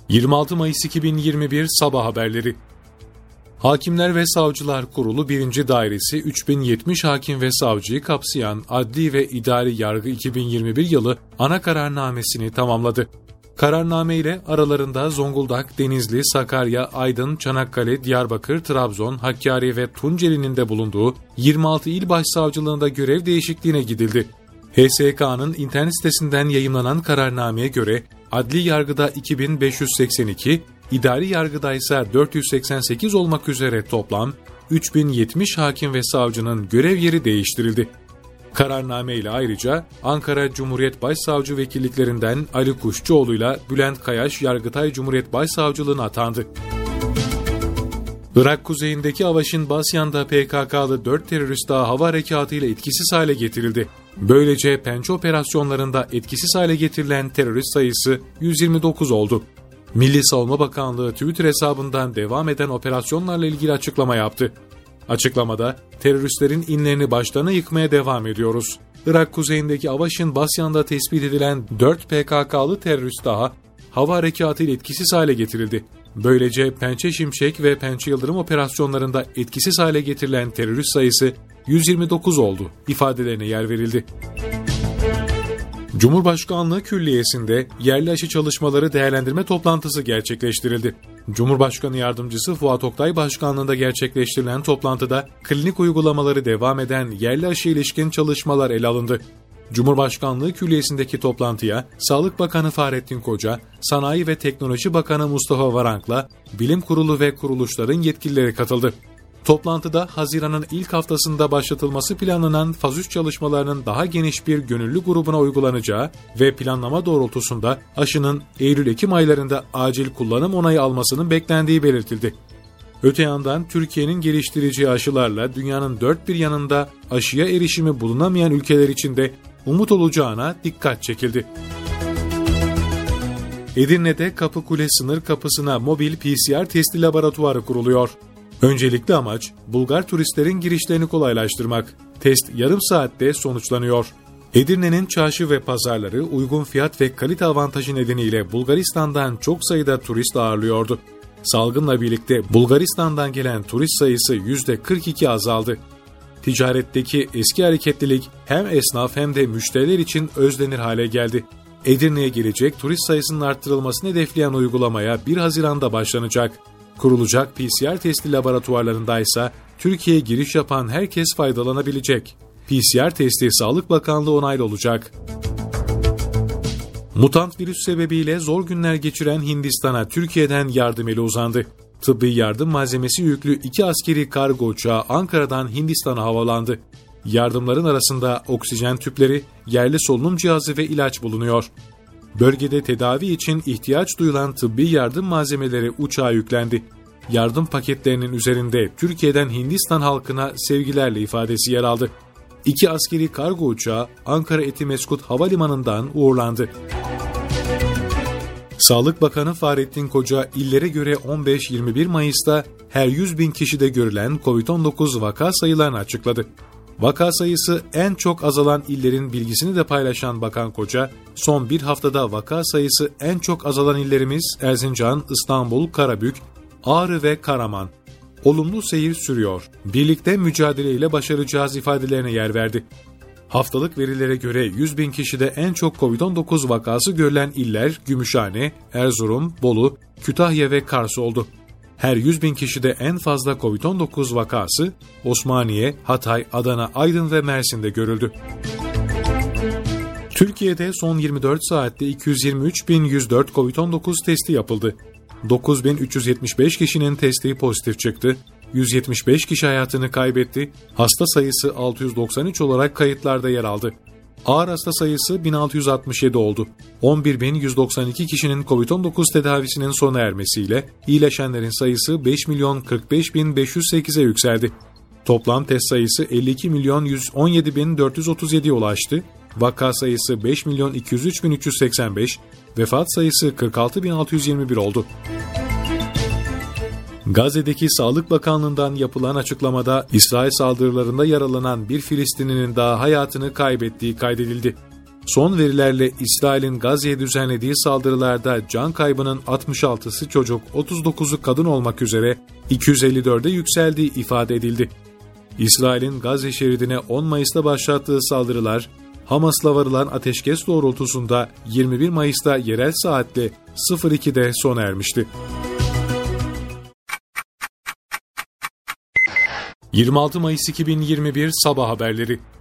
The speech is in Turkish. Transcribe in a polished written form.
26 Mayıs 2021 Sabah haberleri. Hakimler ve Savcılar Kurulu 1. Dairesi 3070 hakim ve savcıyı kapsayan Adli ve İdari Yargı 2021 yılı ana kararnamesini tamamladı. Kararname ile aralarında Zonguldak, Denizli, Sakarya, Aydın, Çanakkale, Diyarbakır, Trabzon, Hakkari ve Tunceli'nin de bulunduğu 26 il başsavcılığında görev değişikliğine gidildi. HSK'nın internet sitesinden yayımlanan kararnameye göre adli yargıda 2582, idari yargıda ise 488 olmak üzere toplam 3070 hakim ve savcının görev yeri değiştirildi. Kararname ile ayrıca Ankara Cumhuriyet Başsavcı Vekilliklerinden Ali Kuşçuoğlu ile Bülent Kayaş Yargıtay Cumhuriyet Başsavcılığına atandı. Irak kuzeyindeki Avaşin Basyan'da PKK'lı 4 terörist daha hava harekatı ile etkisiz hale getirildi. Böylece pençe operasyonlarında etkisiz hale getirilen terörist sayısı 129 oldu. Milli Savunma Bakanlığı Twitter hesabından devam eden operasyonlarla ilgili açıklama yaptı. Açıklamada, teröristlerin inlerini başlarına yıkmaya devam ediyoruz. Irak kuzeyindeki Avaşin Basyan'da tespit edilen 4 PKK'lı terörist daha hava harekatı ile etkisiz hale getirildi. Böylece Pençe Şimşek ve Pençe Yıldırım operasyonlarında etkisiz hale getirilen terörist sayısı 129 oldu ifadelerine yer verildi. Cumhurbaşkanlığı Külliyesi'nde yerli aşı çalışmaları değerlendirme toplantısı gerçekleştirildi. Cumhurbaşkanı Yardımcısı Fuat Oktay başkanlığında gerçekleştirilen toplantıda klinik uygulamaları devam eden yerli aşı ilişkin çalışmalar ele alındı. Cumhurbaşkanlığı Külliyesi'ndeki toplantıya Sağlık Bakanı Fahrettin Koca, Sanayi ve Teknoloji Bakanı Mustafa Varank'la Bilim Kurulu ve kuruluşların yetkilileri katıldı. Toplantıda Haziran'ın ilk haftasında başlatılması planlanan faz 3 çalışmalarının daha geniş bir gönüllü grubuna uygulanacağı ve planlama doğrultusunda aşının Eylül-Ekim aylarında acil kullanım onayı almasının beklendiği belirtildi. Öte yandan Türkiye'nin geliştireceği aşılarla dünyanın dört bir yanında aşıya erişimi bulunamayan ülkeler için de umut olacağına dikkat çekildi. Edirne'de Kapıkule sınır kapısına mobil PCR testi laboratuvarı kuruluyor. Öncelikli amaç Bulgar turistlerin girişlerini kolaylaştırmak. Test yarım saatte sonuçlanıyor. Edirne'nin çarşı ve pazarları uygun fiyat ve kalite avantajı nedeniyle Bulgaristan'dan çok sayıda turist ağırlıyordu. Salgınla birlikte Bulgaristan'dan gelen turist sayısı %42 azaldı. Ticaretteki eski hareketlilik hem esnaf hem de müşteriler için özlenir hale geldi. Edirne'ye gelecek turist sayısının arttırılmasını hedefleyen uygulamaya 1 Haziran'da başlanacak. Kurulacak PCR testi laboratuvarlarında ise Türkiye'ye giriş yapan herkes faydalanabilecek. PCR testi Sağlık Bakanlığı onaylı olacak. Mutant virüs sebebiyle zor günler geçiren Hindistan'a Türkiye'den yardım eli uzandı. Tıbbi yardım malzemesi yüklü 2 askeri kargo uçağı Ankara'dan Hindistan'a havalandı. Yardımların arasında oksijen tüpleri, yerli solunum cihazı ve ilaç bulunuyor. Bölgede tedavi için ihtiyaç duyulan tıbbi yardım malzemeleri uçağa yüklendi. Yardım paketlerinin üzerinde Türkiye'den Hindistan halkına sevgilerle ifadesi yer aldı. 2 askeri kargo uçağı Ankara Etimeskut Havalimanı'ndan uğurlandı. Sağlık Bakanı Fahrettin Koca illere göre 15-21 Mayıs'ta her 100.000 kişide görülen COVID-19 vaka sayılarını açıkladı. Vaka sayısı en çok azalan illerin bilgisini de paylaşan Bakan Koca, son bir haftada vaka sayısı en çok azalan illerimiz Erzincan, İstanbul, Karabük, Ağrı ve Karaman. Olumlu seyir sürüyor. Birlikte mücadeleyle başaracağız ifadelerine yer verdi. Haftalık verilere göre 100.000 kişide en çok COVID-19 vakası görülen iller Gümüşhane, Erzurum, Bolu, Kütahya ve Kars oldu. Her 100.000 kişide en fazla COVID-19 vakası Osmaniye, Hatay, Adana, Aydın ve Mersin'de görüldü. Türkiye'de son 24 saatte 223.104 COVID-19 testi yapıldı. 9.375 kişinin testi pozitif çıktı. 175 kişi hayatını kaybetti. Hasta sayısı 693 olarak kayıtlarda yer aldı. Ağır hasta sayısı 1667 oldu. 11.192 kişinin COVID-19 tedavisinin sona ermesiyle iyileşenlerin sayısı 5.045.508'e yükseldi. Toplam test sayısı 52.117.437'ye ulaştı. Vaka sayısı 5.203.385, vefat sayısı 46.621 oldu. Gazze'deki Sağlık Bakanlığı'ndan yapılan açıklamada İsrail saldırılarında yaralanan bir Filistinlinin daha hayatını kaybettiği kaydedildi. Son verilerle İsrail'in Gazze'ye düzenlediği saldırılarda can kaybının 66'sı çocuk, 39'u kadın olmak üzere 254'e yükseldiği ifade edildi. İsrail'in Gazze şeridine 10 Mayıs'ta başlattığı saldırılar, Hamas'la varılan ateşkes doğrultusunda 21 Mayıs'ta yerel saatle 02'de sona ermişti. 26 Mayıs 2021 Sabah haberleri.